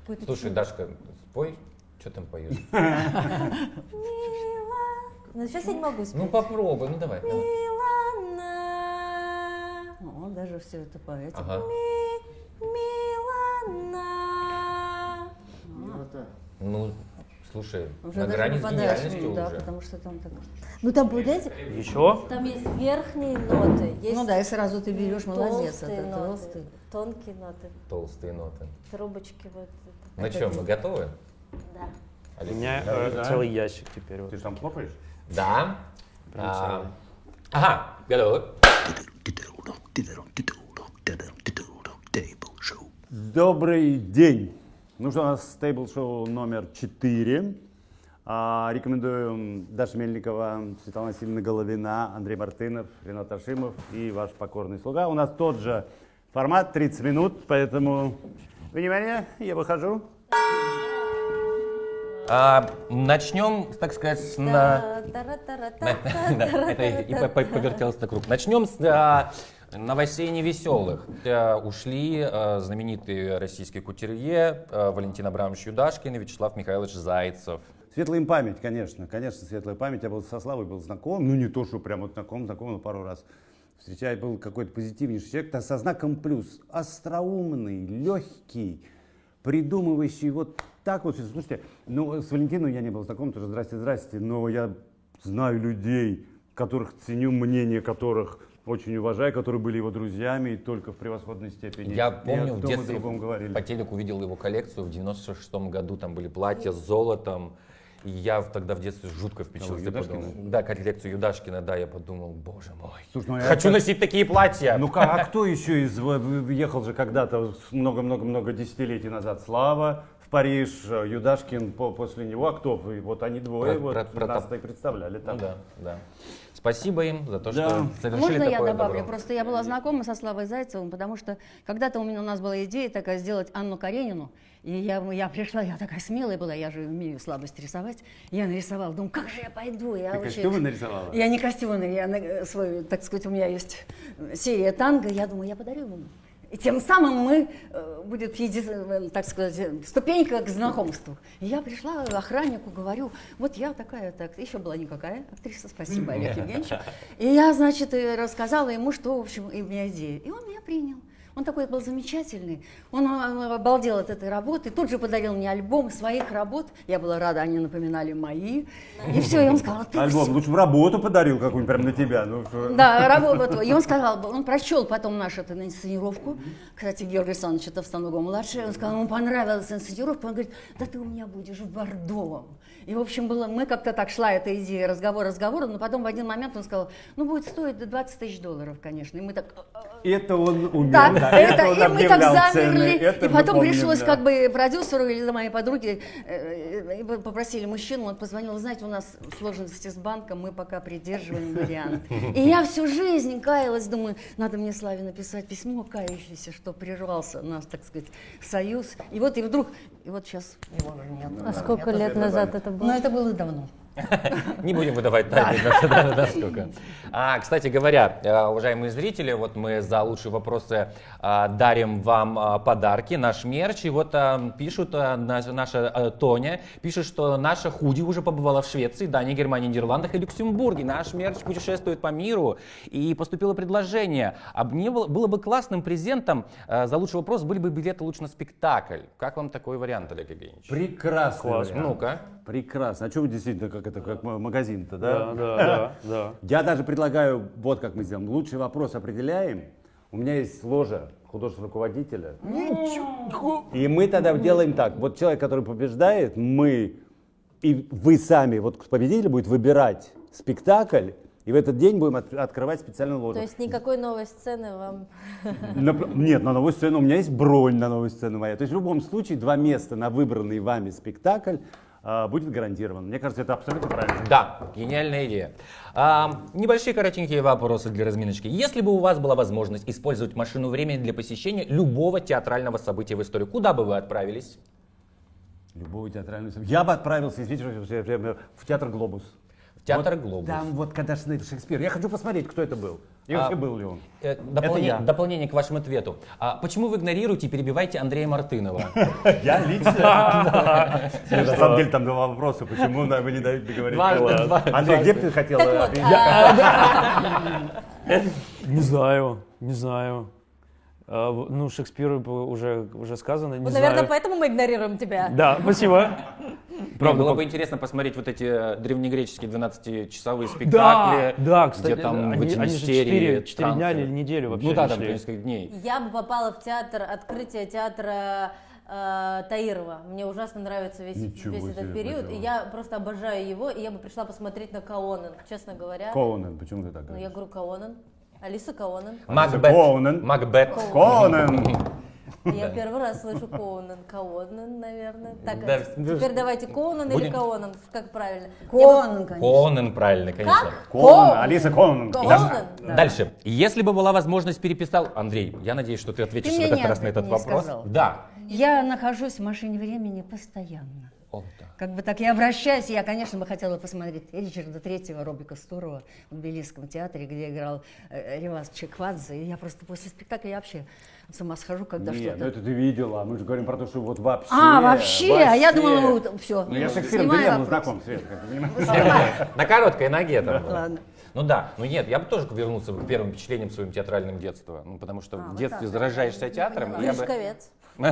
Слушай, Дашка, спой, что там поешь? Ну, сейчас я не могу спеть. Ну попробуй, ну давай. Милана. О, даже все это поэт. Ага. Милана. Ну, слушай, Уже на даже грани с попадаешь, гениальностью да, уже. потому что там так... Ну там, понимаете, Еще? там есть верхние ноты, есть Ну да, и сразу ты берешь, молодец, толстые это ноты, толстый. тонкие ноты, Толстые ноты. трубочки вот. Ну что, мы готовы? Да. У меня Да. целый ящик теперь. Вот. Ты же там хлопаешь? Да. Прям целый. Ага, готовы. Добрый день. Ну что, у нас стейбл-шоу номер 4. Рекомендуем Даша Мельникова, Светлана Васильевна Головина, Андрей Мартынов, Ренат Ашимов и ваш покорный слуга. У нас тот же формат, 30 минут, поэтому, внимание, я выхожу. Начнем, так сказать, с... Да, это и повертелся так круг. Начнем с новостей невеселых. Ушли знаменитый российский кутюрье Валентин Абрамович Юдашкин и Вячеслав Михайлович Зайцев. Светлая им память, конечно, светлая память. Я был со Славой был знаком, ну не то, что прям вот знаком, но пару раз встречать, был какой-то позитивнейший человек, со знаком плюс, остроумный, легкий, придумывающий вот так вот. Слушайте, ну с Валентином я не был знаком, тоже здрасте, но я знаю людей, которых ценю, мнение которых очень уважаю, которые были его друзьями и только в превосходной степени. Я помню, в детстве говорили. по телеку увидел его коллекцию в 96-м году, там были платья с золотом. И я тогда в детстве жутко впечатлился. Да, коллекцию Юдашкина, да, я подумал, боже мой, слушай, ну, хочу носить такие платья. Ну а кто еще ехал же когда-то много-много-много десятилетий назад? Слава в Париж, Юдашкин после него, а кто? Вот они двое нас-то и представляли там. Ну да. Спасибо им за то, Да. что совершили Можно такое я добавлю? добро. Просто я была знакома со Славой Зайцевым, потому что когда-то у нас была идея такая сделать Анну Каренину. И я пришла, я такая смелая была, я же умею слабость рисовать. Я нарисовала, думаю, как же я пойду? Ты костюмы нарисовала? Я не костюмы, я свой, так сказать, у меня есть серия танго. Я думаю, я подарю ему. И тем самым мы будет, так сказать, ступенька к знакомству. И я пришла к охраннику, говорю, вот я такая, еще была никакая актриса, спасибо, Олег Евгеньевич. И я, значит, рассказала ему, что, в общем, у меня идея. И он меня принял. Он такой был замечательный, он обалдел от этой работы, тут же подарил мне альбом своих работ, я была рада, они напоминали мои, и все, и он сказал, ты альбом, лучше бы работу подарил какую-нибудь прям на тебя. Ну, да, работу, и он сказал, он прочел потом нашу эту инсценировку, кстати, Георгий Александрович Товстоногого-младший, он сказал, ему понравилась инсценировка, он говорит, да ты у меня будешь в бордовом. И, в общем, мы как-то так шла эта идея, разговор, но потом в один момент он сказал, ну, будет стоить $20 000, конечно, и мы так... Это он умел, да, это он и мы так объявлял замерли, цены, и потом помним, пришлось да. как бы продюсеру или моей подруге, попросили мужчину, он позвонил, вы знаете, у нас сложности с банком, мы пока придерживаем вариант. И я всю жизнь каялась, думаю, надо мне Славе написать письмо кающееся, что прервался наш, так сказать, союз. И вот сейчас его уже нет. А сколько лет назад это было? Ну, это было давно. Не будем выдавать тайны, да, сколько. Кстати говоря, уважаемые зрители, вот мы за лучшие вопросы дарим вам подарки, наш мерч. И вот пишут, наша Тоня пишет, что наша худи уже побывала в Швеции, Дании, Германии, Нидерландах и Люксембурге. Наш мерч путешествует по миру. И поступило предложение. Было бы классным презентом за лучший вопрос, были бы билеты лучше на спектакль. Как вам такой вариант, Олег Евгеньевич? Прекрасный вариант. Ну-ка. Прекрасно. А что вы действительно, как магазин-то, да? Да. Я даже предлагаю, вот как мы сделаем. Лучший вопрос определяем. У меня есть ложа художественного руководителя. И мы тогда делаем так. Вот человек, который побеждает, и вы сами, вот победитель будет выбирать спектакль, и в этот день будем открывать специальную ложу. То есть никакой новой сцены вам... Нет, на новую сцену. У меня есть бронь на новую сцену моя. То есть в любом случае 2 места на выбранный вами спектакль будет гарантирован. Мне кажется, это абсолютно правильно. Да, гениальная идея. Небольшие коротенькие вопросы для разминочки. Если бы у вас была возможность использовать машину времени для посещения любого театрального события в истории, куда бы вы отправились? Любого театрального события. Я бы отправился, извините, в театр «Глобус». Театр Вот «Глобус». Там вот когда Шекспир. Я хочу посмотреть, кто это был. И вообще был ли он. я. Дополнение к вашему ответу. Почему вы игнорируете и перебиваете Андрея Мартынова? Я лично. На самом деле там два вопроса. Почему вы не даете говорить? Андрей, где бы ты хотел? Не знаю, не знаю. Ну, Шекспиру уже сказано, не Вот, знаю. наверное, поэтому мы игнорируем тебя. Да, спасибо. Правда, было бы интересно посмотреть вот эти древнегреческие 12-часовые спектакли. Да, кстати, где там в эти они же мистерии, 4 дня или неделю вообще. Ну да, там шли. несколько дней. Я бы попала в театр, открытие театра Таирова. Мне ужасно нравится весь Ничего этот себе, период. почему? И я просто обожаю его. И я бы пришла посмотреть на Коонен, честно говоря. Коунен, почему ты так Ну, я говоришь? говорю Коонен. Алиса Коонен. Макбет. Коунен. Макбет. Коунен. Я первый раз слышу Коунен. Коонен, наверное. Так, Да, теперь давайте Коунен или будем- Коонен? Как правильно? Конан, конечно. Конан, правильно, конечно. Коунен. Алиса Коунен. Коунен? Да. Дальше. Если бы была возможность переписал... Андрей, я надеюсь, что ты ответишь Ты в мне этот не раз на этот не вопрос. сказал. Да. Я нахожусь в машине времени постоянно. О, да. Как бы так я обращаюсь, я, конечно, бы хотела посмотреть Ричарда Третьего, Робика Стурова в Тбилисском театре, где играл Риваз Чеквадзе. И я просто после спектакля я вообще с ума схожу, когда Нет, что-то... ну это ты видела. Мы же говорим про то, что вот вообще. вообще? А я думала, вообще. ну, все. Ну я с Шекспиром Снимаю не был вопрос. знаком, Свет, как ты понимаешь. На короткой ноге там было. Ладно. Ну да, ну нет, я бы тоже вернулся к первым впечатлениям своим театральным детства. Ну потому что в детстве заражаешься театром. и я бы- Гришковец.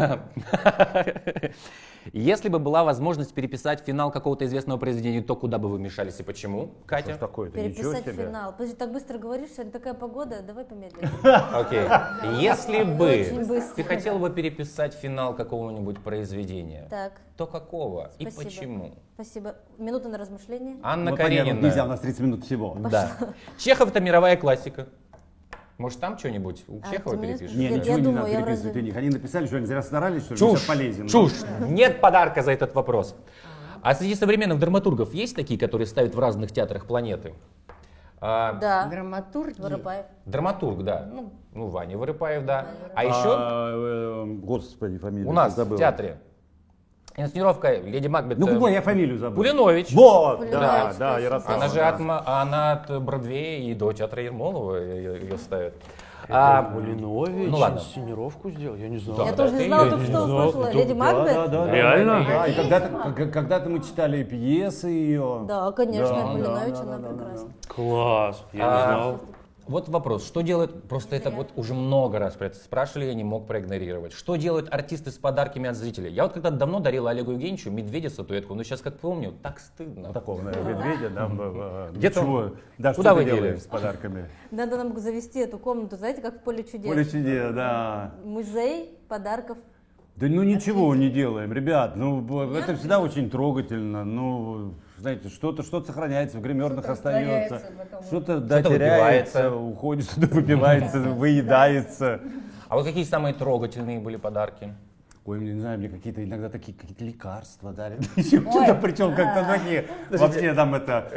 Если бы была возможность переписать финал какого-то известного произведения, то куда бы вы вмешались и почему, Что Катя? ж такое-то? Ничего Переписать себе. финал. Подожди, так быстро говоришь, сегодня такая погода, давай помедленнее. Окей. Если Очень бы быстро. ты хотела бы переписать финал какого-нибудь произведения, Так, то какого и Спасибо. почему? спасибо. Минута на размышление. Анна Вот понятно, Каренина. нельзя, у нас 30 минут всего. Да. Чехов — это мировая классика. Может, там что-нибудь у Чехова ты мне перепишешь? Не, Я ничего не думаю, надо я переписывать вроде- у них. Они написали, что они зря старались, что ли? Мы Чушь, сейчас полезем. чушь. Нет подарка за этот вопрос. А среди современных драматургов есть такие, которые ставят в разных театрах планеты? Да. Драматурги. Воропаев. Драматург, да. Ну, Ваня Воропаев, да. А еще Господи, фамилию у нас забыл. в театре инсценировка «Леди Макбет». Ну какой, я фамилию забыл. Пулинович. Вот, Пулинович, да, да, точно. Ярослав. Она же да. она от Бродвея и до театра Ермолова ее ставят. Малинович ну ладно. инсценировку сделал, я не знал. Да, Я да, тоже ты не знала, её только не что знал. услышала. Да, Леди Макбет? Реально? Да, и когда-то мы читали пьесы ее. Да, конечно, Да, Пулинович, да, она да, да, прекрасна. Класс, я не знал. Вот вопрос, что делают, просто это вот уже много раз про это спрашивали, я не мог проигнорировать. Что делают артисты с подарками от зрителей? Я вот когда-то давно дарил Олегу Евгеньевичу медведя статуэтку, но сейчас как помню, так стыдно. Такого, наверное, медведя, да. Где-то- Чего? Да, Куда что вы ты делаешь дели? с подарками? Надо нам завести эту комнату, знаете, как в «Поле чудес». Поле чудес, да. Музей подарков. Да ну ничего не делаем, ребят. Ну это всегда очень трогательно. Ну, знаете, что-то сохраняется, в гримерных остается. растворяется потом. Что-то да, Что-то теряется, выпивается. уходит, что-то выпивается, выедается. А вот какие самые трогательные были подарки? Ой, не знаю, мне какие-то иногда такие какие-то лекарства дарят. Еще что-то, причем как-то такие. Вообще там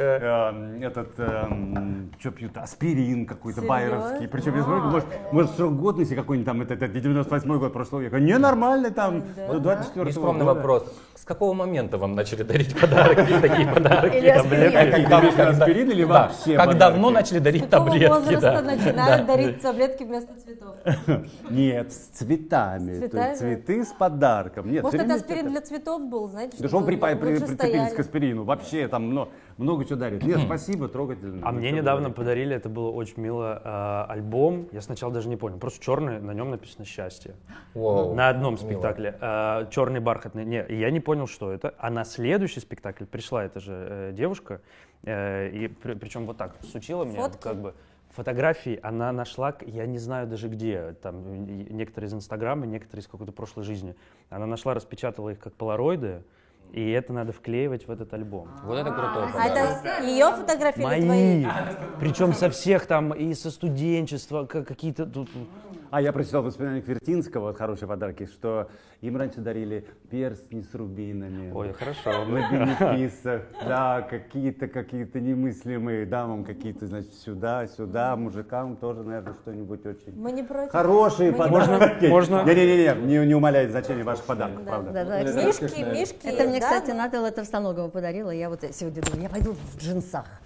что пьют, аспирин какой-то Серьезно? байеровский. Причем я смотрю, может срок годности какой-нибудь там, это 98-й год прошлого века. Ненормальный там, до 24-го Нескромный года. вопрос. С какого момента вам начали дарить подарки, такие подарки? Или аспирин. Когда аспирин или Да. вообще Как подарки? давно начали дарить С какого таблетки? возраста Да. начинают дарить таблетки вместо цветов? Нет, с цветами. С То есть цветами? цветы с подарком. Нет, Может, всё это время аспирин это- для цветов был, знаете? Да что чтобы вы лучше прицепились стояли? к аспирину? Вообще там много чего дарит. Нет, спасибо, трогательно. А Ну, мне что недавно говорить. подарили, это было очень мило, альбом. Я сначала даже не понял, просто черный, на нем написано «Счастье». Воу, На одном мило. спектакле. Черный бархатный. Не, и я не понял, что это. А на следующий спектакль пришла эта же девушка, и причем вот так сучила мне, Фотки? как бы фотографии она нашла, я не знаю даже где, там некоторые из Инстаграма, некоторые из какой-то прошлой жизни. Она нашла, распечатала их как полароиды, и это надо вклеивать в этот альбом. Вот это крутой А подарок. это ее фотографии или твои? Мои! Причем со всех там, и со студенчества, какие-то тут... А я прочитал в воспоминаниях Вертинского, вот хорошие подарки, что им раньше дарили перстни с рубинами. Ой, хорошо. На бенефисах, да, какие-то немыслимые дамам, какие-то, значит, сюда, мужикам тоже, наверное, что-нибудь очень Мы не против. хорошие Мы не подарки. Можно? Не умаляет значение ваших подарков, правда. Да. Мишки. Это мне, да? кстати, Наталья Товстоногова подарила. Я вот сегодня думаю, я пойду в джинсах.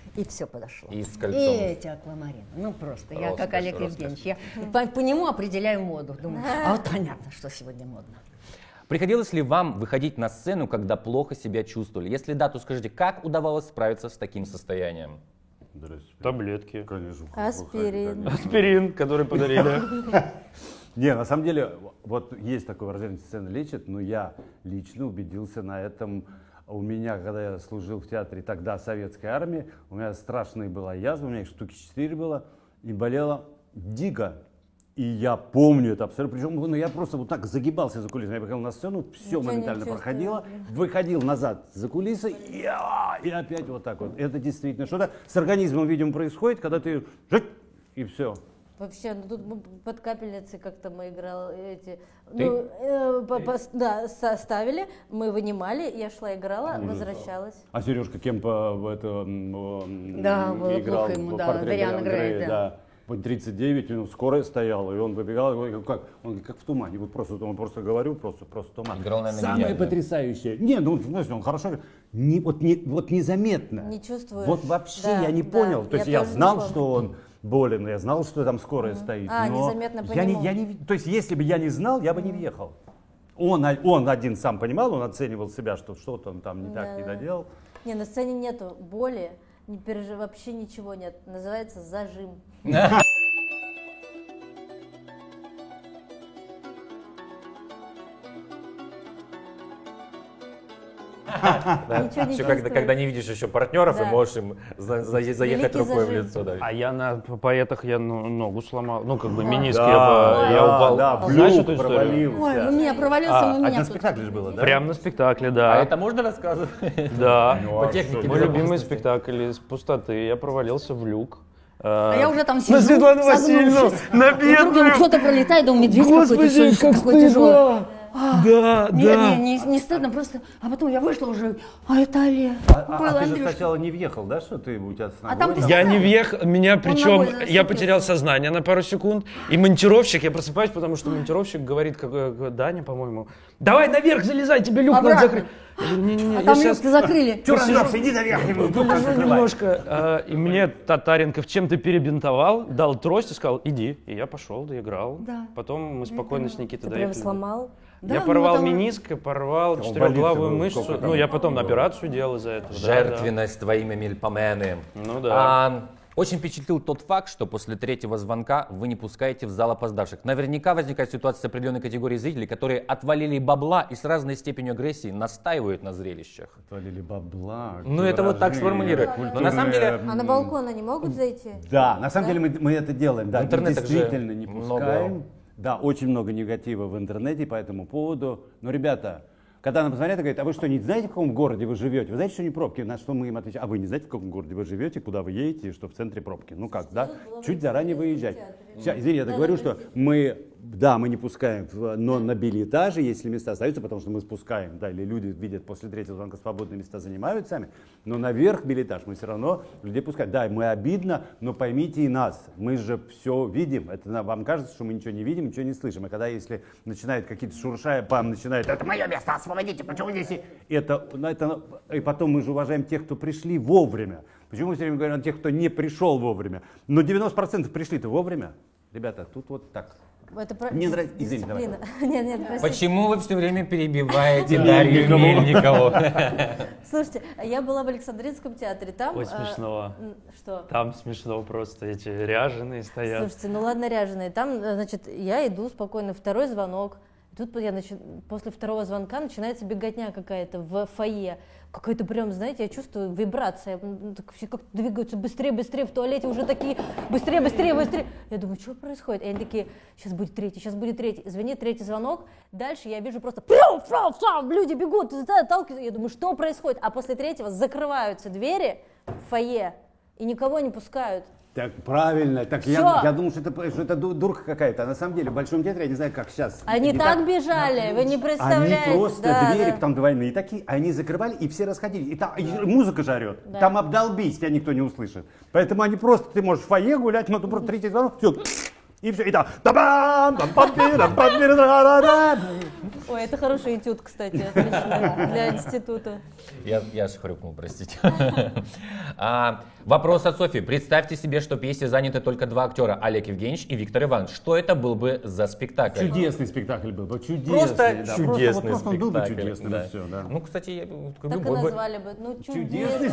И все подошло. И с И кольцом. эти аквамарины. Ну просто, я как Роскошь, Олег роскошь. Евгеньевич, я по нему определяю моду. Думаю, а вот понятно, что сегодня модно. Приходилось ли вам выходить на сцену, когда плохо себя чувствовали? Если да, то скажите, как удавалось справиться с таким состоянием? Здрасте. Таблетки. Конечно. Аспирин. Аспирин, который подарили. Не, на самом деле, вот есть такое выражение, сцена лечит, но я лично убедился на этом. У меня, когда я служил в театре тогда советской армии, у меня страшная была язва, у меня их штуки 4 было, и болела дико. И я помню это абсолютно. Причем ну, я просто вот так загибался за кулисами. Я выходил на сцену, все Ничего не моментально чувствую. проходило, выходил назад за кулисы и опять вот так вот. Это действительно что-то с организмом, видимо, происходит, когда ты жить, и все. Вообще, ну тут мы под капельницей как-то мы играли эти, Ты? да, ставили, мы вынимали, я шла играла, возвращалась. А Сережка кем Да, было играл плохо ему, в да, портрет Дориана Грей, да. По 39, у него скорая стояла, и он выбегал, и говорит, как? Он говорит, как в тумане, вот он просто говорю, просто туман. Играл, наверное, Самое гениально. потрясающее. Не, ну, знаешь, он хорошо, вот незаметно. Не чувствуешь. Вот вообще Да, я не да, понял. То есть я тоже не знал, помню. что он болен, я знал, что там скорая стоит. А, но незаметно по я нему. то есть если бы я не знал, я бы не въехал. Он один сам понимал, он оценивал себя, что что-то он там не так не Да. доделал. Не, на сцене нету боли, вообще ничего нет. Называется зажим. Да. Ничего не Еще чувствуешь. когда не видишь еще партнеров, Да. и можешь им заехать Великий рукой в зажим. лицо. Да. А я на поэтах я ногу сломал, ну как бы Да. миниск Да, я упал. да, в Знаешь люк эту историю? провалился. Ой, у меня провалился, А, у меня Один тут. спектакль же было, да? Прям на спектакле, А да. это можно рассказывать? Да. Ну, По а технике что? Мой любимый безопасности. спектакль из пустоты. Я провалился в люк. А я уже там На сижу, Светлану Васильевну, согнувшись. на Вдруг там бедную. кто-то пролетает, думаю, медведь какой-то, Господи, что ли, как такое тяжелое. стыдно. Да, Не, да. не стыдно, просто. А потом я вышла уже, а это Олег. А Был ты же Андрюшка. сначала не въехал, да, что ты у тебя с А ногой там там? Я не въехал, меня причем, ногой я зацепился. потерял сознание на пару секунд, и монтировщик, я просыпаюсь, потому что монтировщик говорит, Даня, по-моему, давай наверх залезай, тебе люк надо Обратно. закрыть. Я говорю, не-не-не, А я там сейчас люк закрыли. Чё разрёбся, иди наверх, ему тут полежу закрывай. немножко, и мне Татаренков чем-то перебинтовал, дал трость и сказал, иди, и я пошел, доиграл. Да. Потом мы спокойно с Ты Никитой прям доехали. сломал? Да, Я ну, порвал там- мениск и порвал Там четырехглавую больница была, мышцу. сколько там Ну, я потом было? операцию делал из-за этого. да, Жертвенность твоими мельпомены. Ну да. Очень впечатлил тот факт, что после третьего звонка вы не пускаете в зал опоздавших. Наверняка возникает ситуация с определенной категорией зрителей, которые отвалили бабла и с разной степенью агрессии настаивают на зрелищах. Отвалили бабла. Ну, это вот так сформулировать. Но на самом деле- А на балкон они могут зайти? Да, на самом деле мы это делаем. Да, В интернетах же действительно не много. пускаем. Да, очень много негатива в интернете по этому поводу. Но, ребята, когда нам позвонят и говорят, а вы что, не знаете, в каком городе вы живете? Вы знаете, что не пробки? На что мы им отвечаем, а вы не знаете, в каком городе вы живете, куда вы едете, и что в центре пробки? Ну как, да? Чуть заранее выезжать. Сейчас, извини, я говорю, что мы не пускаем, но на билетаже, если места остаются, потому что мы спускаем, да, или люди видят после третьего звонка свободные места занимают сами, но наверх билетаж мы все равно людей пускаем. Да, мы обидно, но поймите и нас, мы же все видим, это вам кажется, что мы ничего не видим, ничего не слышим, и когда если начинает какие-то шуршая, пам, начинает, это мое место, освободите, почему здесь? И потом мы же уважаем тех, кто пришли вовремя. Почему мы все время говорим о тех, кто не пришел вовремя? Но 90% пришли-то вовремя. Ребята, тут вот так. Это про... Мне нравится- извини, давай. дисциплина. Нет, простите. Почему вы все время перебиваете Дарью Мельникову? Слушайте, я была в Александринском театре, там... Ой, смешно. Что? Там смешно просто, эти ряженые стоят. Слушайте, ну ладно, ряженые. Там, значит, я иду спокойно, второй звонок. Тут после второго звонка начинается беготня какая-то в фойе. Какая-то прям, знаете, я чувствую вибрация. Так все как-то двигаются быстрее, быстрее, в туалете уже такие быстрее, быстрее, быстрее. Я думаю, что происходит? И они такие, сейчас будет третий, сейчас будет третий. Звонит третий звонок. Дальше я вижу просто, люди бегут, толкаются. Я думаю, что происходит? А после третьего закрываются двери в фойе и никого не пускают. Так правильно, так Всё. я думал, что это дурка какая-то, а на самом деле в Большом театре, я не знаю, как сейчас. Они так бежали, вы не представляете. Они просто Да, двери да. там двойные такие, они закрывали и все расходились. И там и музыка же орет, Да. там обдолбись, тебя никто не услышит. Поэтому они просто, ты можешь в фойе гулять, но ты просто третий звонок, все, И все, и там. Та-бам, там-пам-пирам, пам-пирам-ра-ра-ра. Ой, это хороший этюд, кстати, отлично, для института. Я аж хрюкнул, простите. Вопрос от Софьи. Представьте себе, что в пьесе заняты только два актера, Олег Евгеньевич и Виктор Иванович. Что это был бы за спектакль? Чудесный спектакль был бы, чудесный. Просто да, чудесный просто он был бы спектакль, чудесный, да. да. Все, да. Ну, кстати, я Так и назвали бы. Ну, чудесный.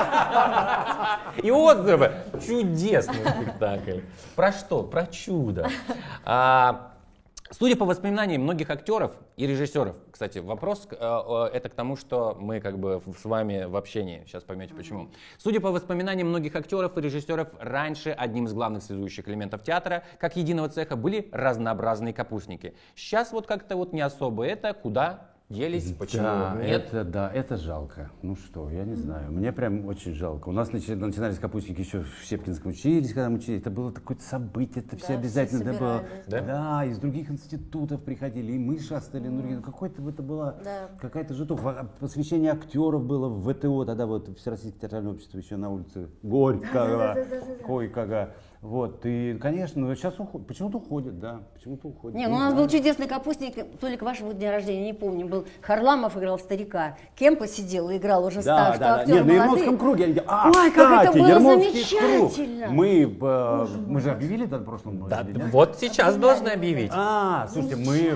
И отзывы. Чудесный спектакль. Про что? Про чудо. Судя по воспоминаниям многих актеров и режиссеров, кстати, вопрос это к тому, что мы как бы с вами в общении, сейчас поймете почему. Судя по воспоминаниям многих актеров и режиссеров, раньше одним из главных связующих элементов театра, как единого цеха, были разнообразные капустники. Сейчас вот как-то вот не особо это, куда делись, почему нет? Это жалко. Ну что, я не знаю. Мне прям очень жалко. У нас начинались капустники еще в Щепкинском учились, когда мы учились. Это было такое событие, это все обязательно. все Это было, собирались. да, из других институтов приходили, и мы шастали. Ну, какой-то это была какая-то житуха. Посвящение актеров было в ВТО, тогда вот Всероссийское театральное общество еще на улице Горького, Койкого. Вот, и, конечно, но сейчас почему-то уходит, да, почему-то уходит. Не, ну у нас был чудесный капустник, то ли к вашему дню рождения, не помню, был Харламов играл старика, Кемпа сидел и играл уже Да, что да, да. актеры Нет, на молодые. Ермолском круге. Ой, как это было Ермолский замечательно! круг. Мы же объявили это в прошлом году, Да, да? вот сейчас должны объявить. Слушайте,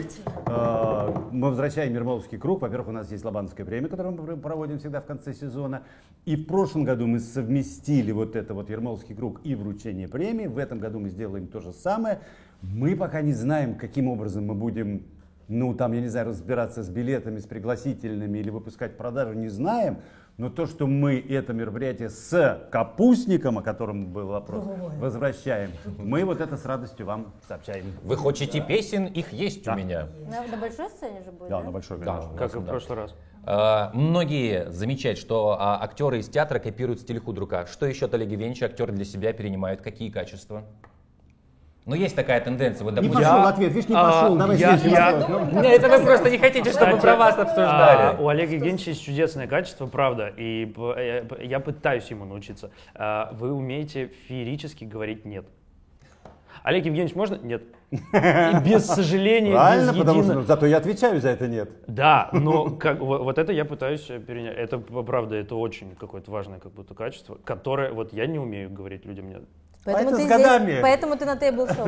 мы возвращаем Ермолский круг. Во-первых, у нас есть Лобановская премия, которую мы проводим всегда в конце сезона. И в прошлом году мы совместили вот это вот Ермолский круг и вручение премии. В этом году мы сделаем то же самое. Мы пока не знаем, каким образом мы будем, ну там, я не знаю, разбираться с билетами, с пригласительными или выпускать продажу, не знаем. Но то, что мы это мероприятие с капустником, о котором был вопрос, возвращаем, мы вот это с радостью вам сообщаем. Вы хотите песен, их есть у меня. На большой сцене же будет, Да, на большой, Да. конечно. Как и в прошлый раз. Многие замечают, что актеры из театра копируют стиль Худрука. Что еще от Олега Евгеньевича актеры для себя перенимают? Какие качества? Ну, есть такая тенденция. Вот, Не допустим, пошел ответ, видишь, не пошел. Давай следующий вопрос. Это вы просто не хотите, чтобы про вас обсуждали. У Олега Евгеньевича есть чудесное качество, правда, и я пытаюсь ему научиться. Вы умеете феерически говорить «нет». Олег Евгеньевич, можно? Нет. И без сожаления, Правильно, без потому единого... что зато я отвечаю за это нет. Да, но вот это я пытаюсь перенять. Это правда, это очень какое-то важное как будто качество, которое вот я не умею говорить людям «нет». Поэтому это ты с годами. здесь, поэтому ты на тейбл-шоу.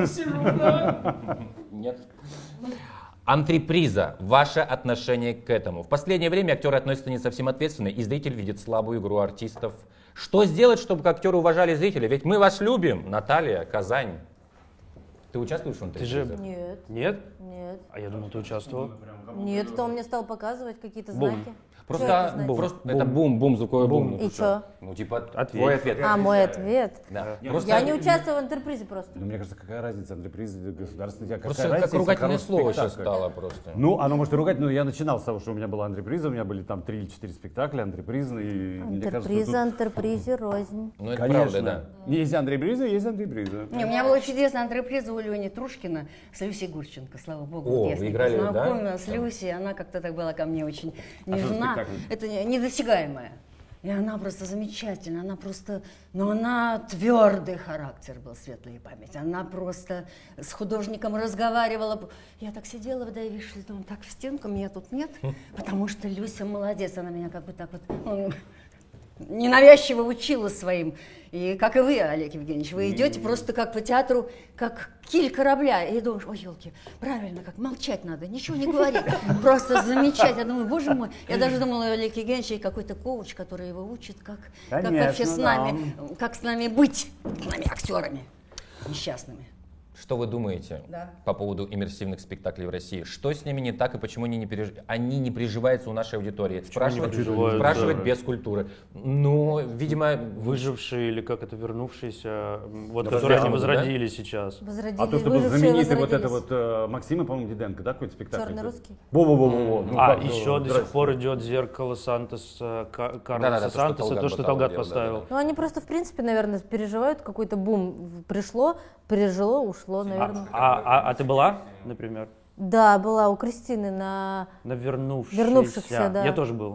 Нет. Антреприза. Ваше отношение к этому. В последнее время актеры относятся не совсем ответственно, и зритель видит слабую игру артистов. Что сделать, чтобы актеры уважали зрителя? Ведь мы вас любим, Наталья, Казань. Ты участвуешь в антрепризе? Нет, Нет? нет, А я думал, ты участвовал. нет, это он мне стал показывать какие-то Бум. знаки. Просто, Что это значит? просто это бум, звуковой бум. И чё? Ну, типа, Ответь. твой ответ. А, мой ответ. Да. Я не участвую в антрепризе просто. Ну, мне кажется, какая разница, антреприз государственный театр, Просто какая как разница, если ругательное хороший слово сейчас спектакль? стало просто. Ну, оно может и ругать, но я начинал с того, что у меня была антреприза, у меня были там 3 или 4 спектакля, антрепризные. И мне кажется, Антреприза, тут- антрепризе, рознь. Ну, это Конечно. правда, да. Есть антреприза, есть антреприза. Не, у меня была чудесная антреприза у Лени Трушкина с Люсей Гурченко, слава богу. О, я с вы ней играли, да? познакомилась с Люсей, она как-то так была ко мне очень нежна. спектакль? Это недосягаемая. И она просто замечательная, она просто, но она твердый характер был, светлая память. Она просто с художником разговаривала. Я так сидела, да, и видишь, думаю, так в стенку, меня тут нет, потому что Люся молодец, она меня как бы так вот ненавязчиво учила своим. И как и вы, Олег Евгеньевич, вы идете просто как по театру, как киль корабля, и думаешь, ой, елки, правильно, как молчать надо, ничего не говорить, просто замечательно. Я думаю, боже мой, я даже думала, Олег Евгеньевич есть какой-то коуч, который его учит, как вообще с нами, как с нами быть, с нами актерами несчастными. Что вы думаете по поводу иммерсивных спектаклей в России? Что с ними не так и почему они не приживаются у нашей аудитории? Спрашивать без культуры. Ну, видимо... Выжившие или как это, вернувшиеся, вот Да, которые они да? возродили сейчас. Возродили, А то, что был выжившие знаменитый вот это возродились. вот Максима, по-моему, Диденко, да, какой-то спектакль? Черный русский. Во-во-во-во. Еще до сих пор идет «Зеркало» Сантоса, Карлоса Сантоса, то, что Талгат поставил. Ну, они просто, в принципе, наверное, переживают какой-то бум. Пришло, пережило, ушло, наверное. А ты была, например? Да, была у Кристины на... На вернувшихся. Вернувшихся, да. Я тоже был.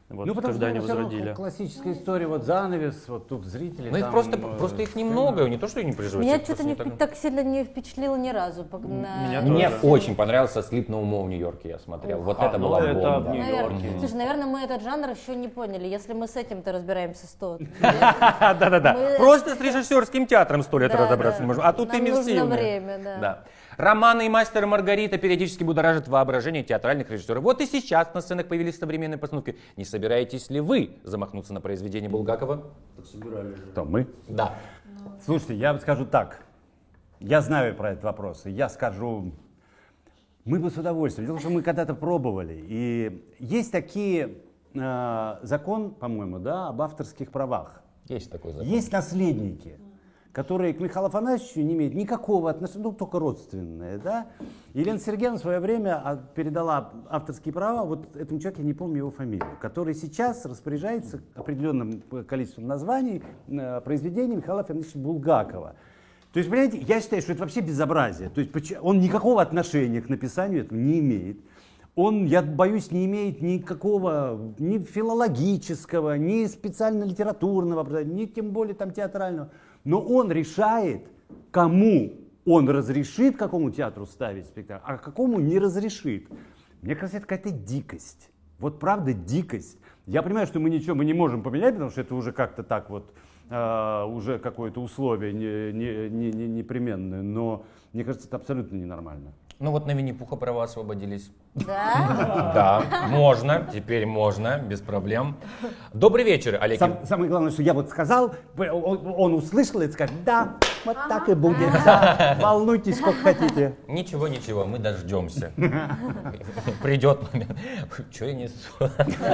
вот, Ну, потому когда они что всё равно возводили. классическая история, вот занавес, вот тут зрители. Ну их там, просто их немного, не то, что их не переживают. Меня их что-то просто не так сильно не впечатлило ни разу. Меня Мне тоже. очень понравился Sleep No More в Нью-Йорке, я смотрел. Вот это ну была это бомба. в Нью-Йорке. Слушай, наверное, мы этот жанр еще не поняли, если мы с этим-то разбираемся 100. Да-да-да. Мы- Просто с режиссерским театром 100 лет Да, разобраться да. не можем. А тут Нам нужно иммерсивное. время, да. Романы и «Мастер и Маргарита» периодически будоражат воображение театральных режиссеров. Вот и сейчас на сценах появились современные постановки. Не собираетесь ли вы замахнуться на произведение Булгакова? Кто, мы? Да. Слушайте, я вам скажу так. Я знаю про этот вопрос, и я скажу, мы бы с удовольствием. Дело в том, что мы когда-то пробовали. И есть такие, закон, по-моему, да, об авторских правах. Есть такой закон. Есть наследники, которые к Михаилу Афанасьевичу не имеют никакого отношения, ну, только родственные, да. Елена Сергеевна в свое время передала авторские права вот этому человеку, я не помню его фамилию, который сейчас распоряжается определенным количеством названий произведений Михаила Афанасьевича Булгакова. То есть, понимаете, я считаю, что это вообще безобразие. То есть он никакого отношения к написанию этого не имеет. Он, я боюсь, не имеет никакого ни филологического, ни специально литературного образования, ни тем более там театрального. Но он решает, кому он разрешит, какому театру ставить спектакль, а какому не разрешит. Мне кажется, это какая-то дикость. Вот правда дикость. Я понимаю, что мы ничего мы не можем поменять, потому что это уже как-то так вот, уже какое-то условие непременное. Но мне кажется, это абсолютно ненормально. Ну вот на Винни-Пуха права освободились. Да? Да, можно, теперь можно, без проблем. Добрый вечер, Олег. Самое главное, что я вот сказал, он услышал и скажет, да, вот так и будет, да, волнуйтесь сколько хотите. Ничего, ничего, мы дождемся. Придет момент. Что я несу?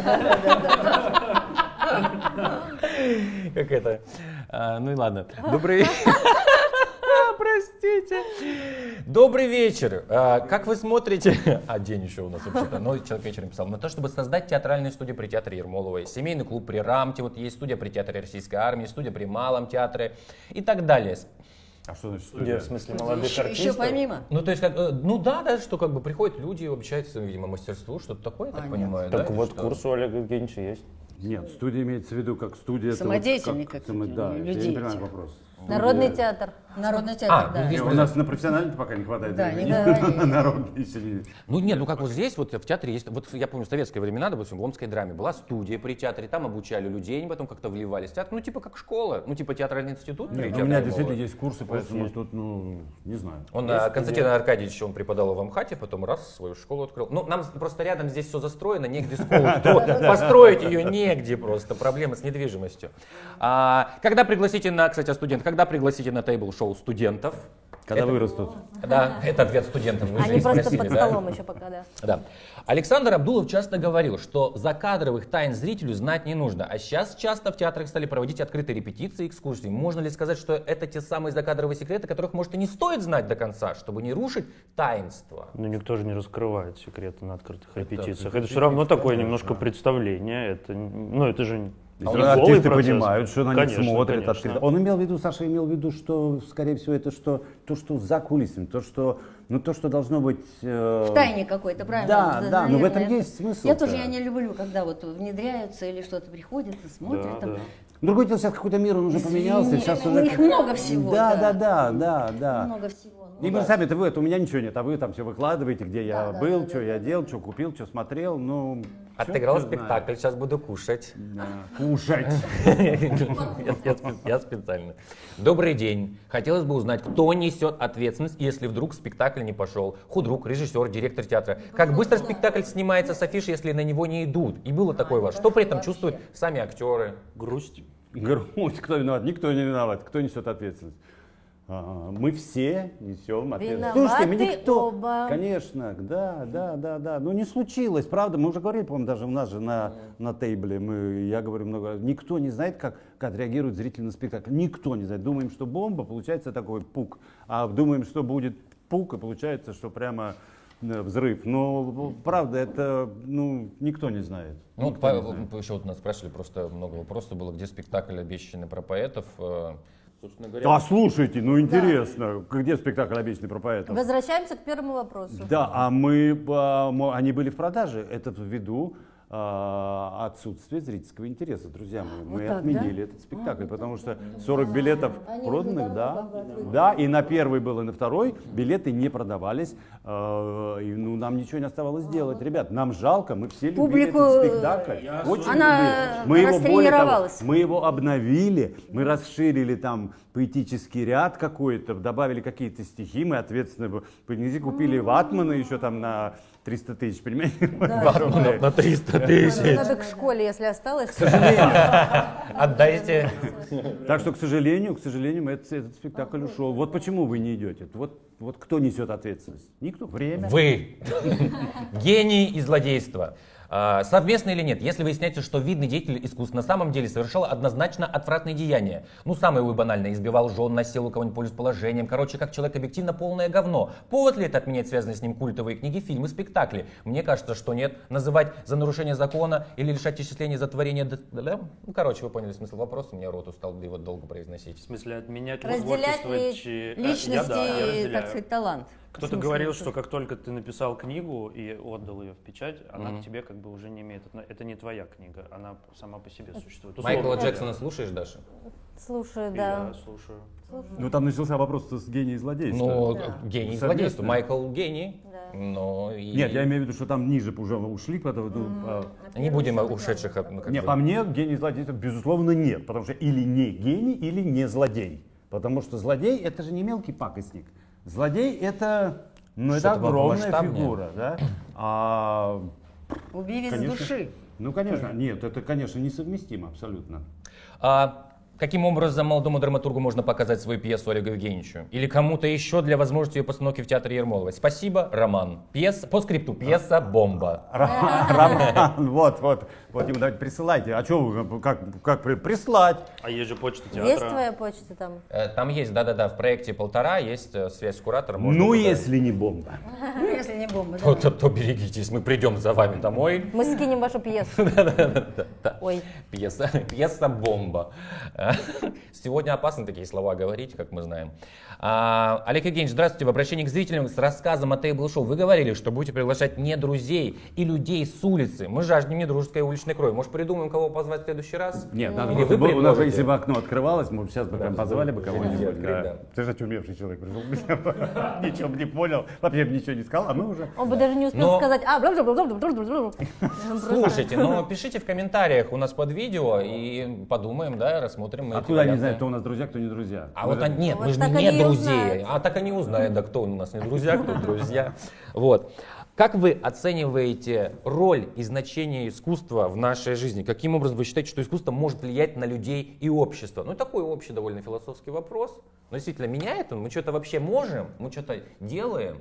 Как это? Ну и ладно. Добрый... Простите. Добрый вечер. Как вы смотрите, день еще у нас вообще-то, но человек вечером писал, на то, чтобы создать театральную студию при театре Ермоловой, семейный клуб при Рамте, вот есть студия при театре Российской армии, студия при Малом театре и так далее. А что значит Студия, в смысле, молодых артистов? Еще помимо. Ну, то есть, ну да, что как бы приходят люди, обучаются, видимо, мастерству, что-то такое, я так понимаю, да? Так вот, Что? курс у Олега Евгеньевича есть. Нет, студия имеется в виду как студия. Самодеятельный как, какой-то, да, я людей не понимаю этих. вопрос. Народный театр. Народный театр, да. здесь У нас на профессиональном пока не хватает Да, времени. не Народный сильнее. Ну нет, ну как вот здесь, вот в театре есть, вот я помню, в советские времена, допустим, в Омской драме была студия при театре, там обучали людей, они потом как-то вливались в театр, ну типа как школа, ну типа театральный институт. при Нет, ну, театре у меня Ермоловой. действительно есть курсы, поэтому тут, ну, не знаю. Он, Константин Аркадьевич, он преподал в Амхате, потом раз свою школу открыл. Ну, нам просто рядом здесь все застроено, негде школу построить ее негде просто, проблема с недвижимостью. Когда пригласите на, кстати, студент, когда пригласите на тейбл-шоу студентов? Когда вырастут. Да, это ответ студентов. Вы же Они не просто спросили, под да? столом еще пока, да. Да. Александр Абдулов часто говорил, что закадровых тайн зрителю знать не нужно. А сейчас часто в театрах стали проводить открытые репетиции, экскурсии. Можно ли сказать, что это те самые закадровые секреты, которых, может, и не стоит знать до конца, чтобы не рушить таинство? Ну, никто же не раскрывает секреты на открытых репетициях. Это открытые все равно репетиции, такое конечно. немножко представление. Это, ну, это же И не все равно голый артисты процесс. понимают, что на них Конечно, смотрят конечно. открыто. Он имел в виду, Саша имел в виду, что, скорее всего, это что, то, что за кулисами, то, что должно быть... В тайне какой-то, правильно? Да, да, но в этом наверное, есть смысл. Я тоже не люблю, когда вот внедряются или что-то приходит и смотрят. Да, там. да. Другое дело, сейчас какой-то мир, он уже поменялся. Сейчас уже... Их много всего. Да. Много всего. И мы сами, это вы, это у меня ничего нет, а вы там все выкладываете, где я Да, был, да, что я делал, что купил, что смотрел, ну... Отыграл чёрт его спектакль, сейчас буду кушать. знает. Да. Кушать. Я специально. Добрый день. Хотелось бы узнать, кто несет ответственность, если вдруг спектакль не пошел. Худрук, режиссер, директор театра. Как быстро спектакль снимается с афиши, если на него не идут? И было такое у вас. Что при этом чувствуют сами актеры? Грусть. Грусть, кто виноват? Никто не виноват. Кто несет ответственность? Мы все несем ответственность. Слушайте, мы Виноваты никто. оба. Конечно, да. Ну не случилось, правда. Мы уже говорили, по-моему, даже у нас же на тейбле, я говорю много раз, никто не знает, как отреагирует зритель на спектакль. Никто не знает. Думаем, что бомба, получается такой пук. А думаем, что будет пук, и получается, что прямо взрыв. Но правда, это никто не знает. Ну, Никто не знает. еще вот нас спрашивали, просто много вопросов было, где спектакль обещанный про поэтов. Собственно говоря, А слушайте, интересно, где спектакль «Обещанный» про поэтов? Возвращаемся к первому вопросу. Да, они были в продаже, этот в виду. отсутствие зрительского интереса, друзья мои. Мы Вот так, отменили этот спектакль, потому что 40 билетов проданных, да, и на первый был, и на второй билеты не продавались, и, ну, нам ничего не оставалось делать. Ребят, нам жалко, мы все любили Публику, этот спектакль. Очень она любили. Мы его, более того, растренировалась. мы его обновили, мы расширили там поэтический ряд какой-то, добавили какие-то стихи, мы ответственно купили ватмана еще там на 300 тысяч, понимаете? Ватманов на 300 тысяч. Надо к школе, если осталось. Отдайте. Так что, к сожалению, этот спектакль ушел. Вот почему вы не идете. Вот кто несет ответственность? Никто. Время. Вы. Гений и злодейство. Совместно или нет, если выясняется, что видный деятель искусства на самом деле совершал однозначно отвратные деяния. Ну, самое увы банальное, избивал жен, насиловал кого-нибудь, пользуясь положением. Короче, как человек объективно полное говно. Повод ли это отменять связанные с ним культовые книги, фильмы, спектакли? Мне кажется, что нет. Называть за нарушение закона или лишать исчисления за творение... Ну, короче, вы поняли смысл вопроса, у меня рот устал его долго произносить. В смысле, отменять Разделять творчество, ли я личности, разделяю. так сказать, талант? Кто-то В смысле, говорил, что как только ты написал книгу и отдал ее в печать, она к тебе как бы уже не имеет. Это не твоя книга, она сама по себе существует. Майкла Условно Джексона слушаешь, Даша? Слушаю, говоря. да. Я слушаю. Ну, там начался вопрос с гений и злодейства. Ну, Да. гений и Совместно. злодейство. Майкл гений. Да. Но и... Нет, я имею в виду, что там ниже уже ушли. Не будем ушедших... ну, как Не, бы- по мне, гений и злодейства, безусловно, нет. Потому что или не гений, или не злодей. Потому что злодей — это же не мелкий пакостник. Злодей — это... Ну, это Что-то огромная масштабнее. фигура, да? Убивец Конечно. души. Ну, конечно, нет, это, конечно, несовместимо абсолютно. Каким образом молодому драматургу можно показать свою пьесу Олегу Евгеньевичу? Или кому-то еще для возможности ее постановки в театре Ермоловой? Спасибо, Роман. По скрипту. Пьеса «Бомба». Роман, вот ему давайте присылайте. А что вы, как прислать? А есть же почта театра. Есть твоя почта там? Там есть, да-да-да, в проекте «Полтора» есть связь с куратором. можно Ну, туда- если не бомба. Ну, если не бомба, да. То берегитесь, мы придем за вами домой. Мы скинем вашу пьесу. Ой. Пьеса «Бомба». Сегодня опасно такие слова говорить, как мы знаем. Олег Евгеньевич, здравствуйте. В обращении к зрителям с рассказом о Тейбл Шоу вы говорили, что будете приглашать не друзей и людей с улицы. Мы жаждем не дружеской уличной крови. Может, придумаем, кого позвать в следующий раз? Нет, надо Или было, вы у нас же, предложите? если бы окно открывалось, мы бы сейчас бы прям позвали бы кого-нибудь. открыть, да. Ты же очумевший человек пришел. Ничего бы не понял, вообще бы ничего не сказал, а мы уже... Он бы даже не успел Но- сказать. Слушайте, но пишите в комментариях у нас под видео и подумаем, да, рассмотрим. мы А эти куда они варианты. знают, кто у нас друзья, кто не друзья? А вот нет, Вот мы же так не они и друзей. узнают. А так они узнают, да кто у нас не друзья, кто друзья. Вот. Как вы оцениваете роль и значение искусства в нашей жизни? Каким образом вы считаете, что искусство может влиять на людей и общество? Ну, такой общий довольно философский вопрос. Но действительно, меняет он? Мы что-то вообще можем? Мы что-то делаем?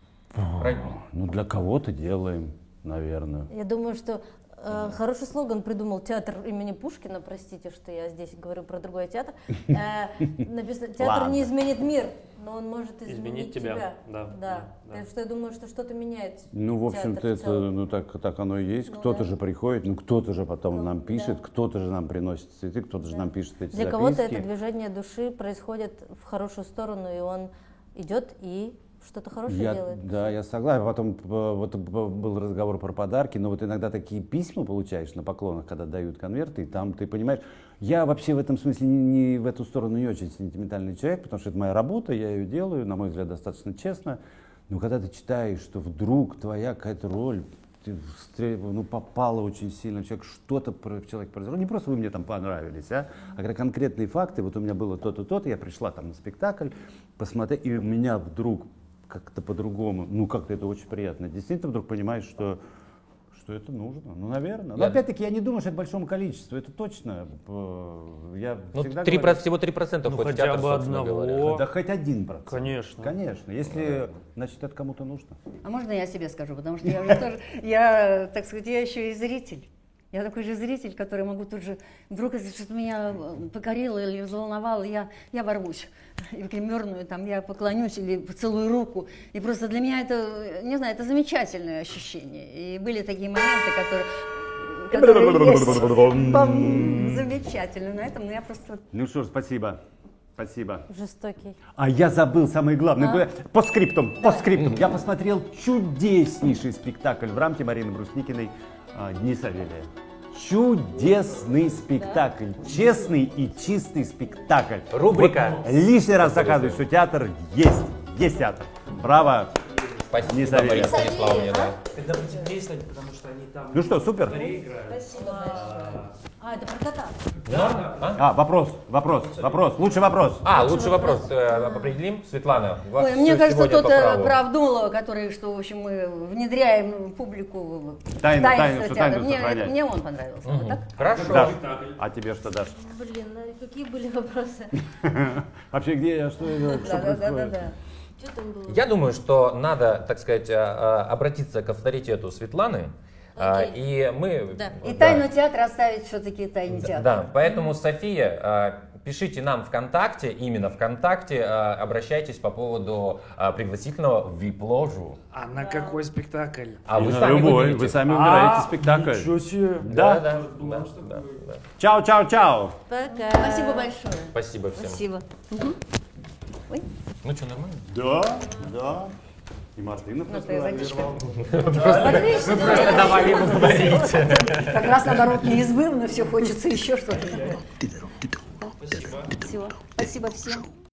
Ну, для кого-то делаем, наверное. Я думаю, что хороший слоган придумал театр имени Пушкина. Простите, что я здесь говорю про другой театр. Написано: театр Ладно. не изменит мир, но он может изменить тебя. тебя. Да, Да. да. Так что я думаю, что что-то меняет. Ну, в общем-то, театр в это, целом. ну, так оно и есть. Ну, Кто-то да. же приходит, ну, кто-то же потом Ну, нам пишет, да. кто-то же нам приносит цветы, кто-то же Да. нам пишет эти Для записки. кого-то это движение души происходит в хорошую сторону, и он идет и что-то хорошее делает. Да, я согласен. Потом вот был разговор про подарки, но вот иногда такие письма получаешь на поклонах, когда дают конверты, и там ты понимаешь, я вообще в этом смысле не в эту сторону не очень сентиментальный человек, потому что это моя работа, я ее делаю, на мой взгляд, достаточно честно. Но когда ты читаешь, что вдруг твоя какая-то роль, ты попала очень сильно в человека, что-то в человеке произошло. Не просто вы мне там понравились, а когда конкретные факты, вот у меня было то-то, то-то, я пришла там на спектакль, посмотреть, и у меня вдруг как-то по-другому, ну как-то это очень приятно. Действительно вдруг понимаешь, что это нужно, ну наверное. Но Я- опять-таки я не думаю, что это большому количеству, это точно. Я Ну, всегда 3%, говорю, всего 3% Ну, ходит в хотя театр, бы собственно одного. говоря. да хоть 1%. Конечно. Конечно, если, значит, это кому-то нужно. А можно я о себе скажу, потому что я уже тоже, я, так сказать, я еще и зритель. Я такой же зритель, который могу тут же, вдруг, если что-то меня покорило или взволновало, я ворвусь и в гримерную, там, я поклонюсь или поцелую руку. И просто для меня это, не знаю, это замечательное ощущение. И были такие моменты, которые есть. Замечательно. На этом, я просто... Ну что ж, спасибо. Спасибо. Жестокий. А я забыл самое главное. По скриптум. Я посмотрел чудеснейший спектакль в рамке Марины Брусникиной Денис Савельев. Чудесный спектакль. Честный и чистый спектакль. Рубрика. Вот лишний раз доказывает, что театр есть. Есть театр. Браво. Спасибо, Не Савельев. Мария Станиславовна, да. Когда будем действовать, потому что они там... Ну что, супер. А, это про кота. Норм? Вопрос. Лучший вопрос. Лучший вопрос. Определим. Светлана, у вас Ой, мне всё кажется, сегодня тот по праву. про Абдулова, который, что, в общем, мы внедряем публику в Тайну, таинство театра. тайну сохранять. Мне он понравился. Вот так? Хорошо. Даш, а тебе что, Даш? Блин, какие были вопросы? Вообще, где я, что происходит? Да. Что там было? Я думаю, что надо, так сказать, обратиться к авторитету Светланы. Окей. И мы... Да. И тайну театра оставить все-таки тайне театра. Да, поэтому, София, пишите нам ВКонтакте, именно ВКонтакте, обращайтесь по поводу пригласительного в VIP-ложу. А на какой спектакль? А вы сами Любой, выберите. вы сами выбираете спектакль. Ничего себе. Да? Да. Чао. Пока. Спасибо большое. Спасибо всем. Спасибо. Ну что, нормально? Да. И Мартынов Ну, ты водичка. Отлично. Давай ему говорить. Как раз наоборот неизбывно все хочется еще что-то. Спасибо всем.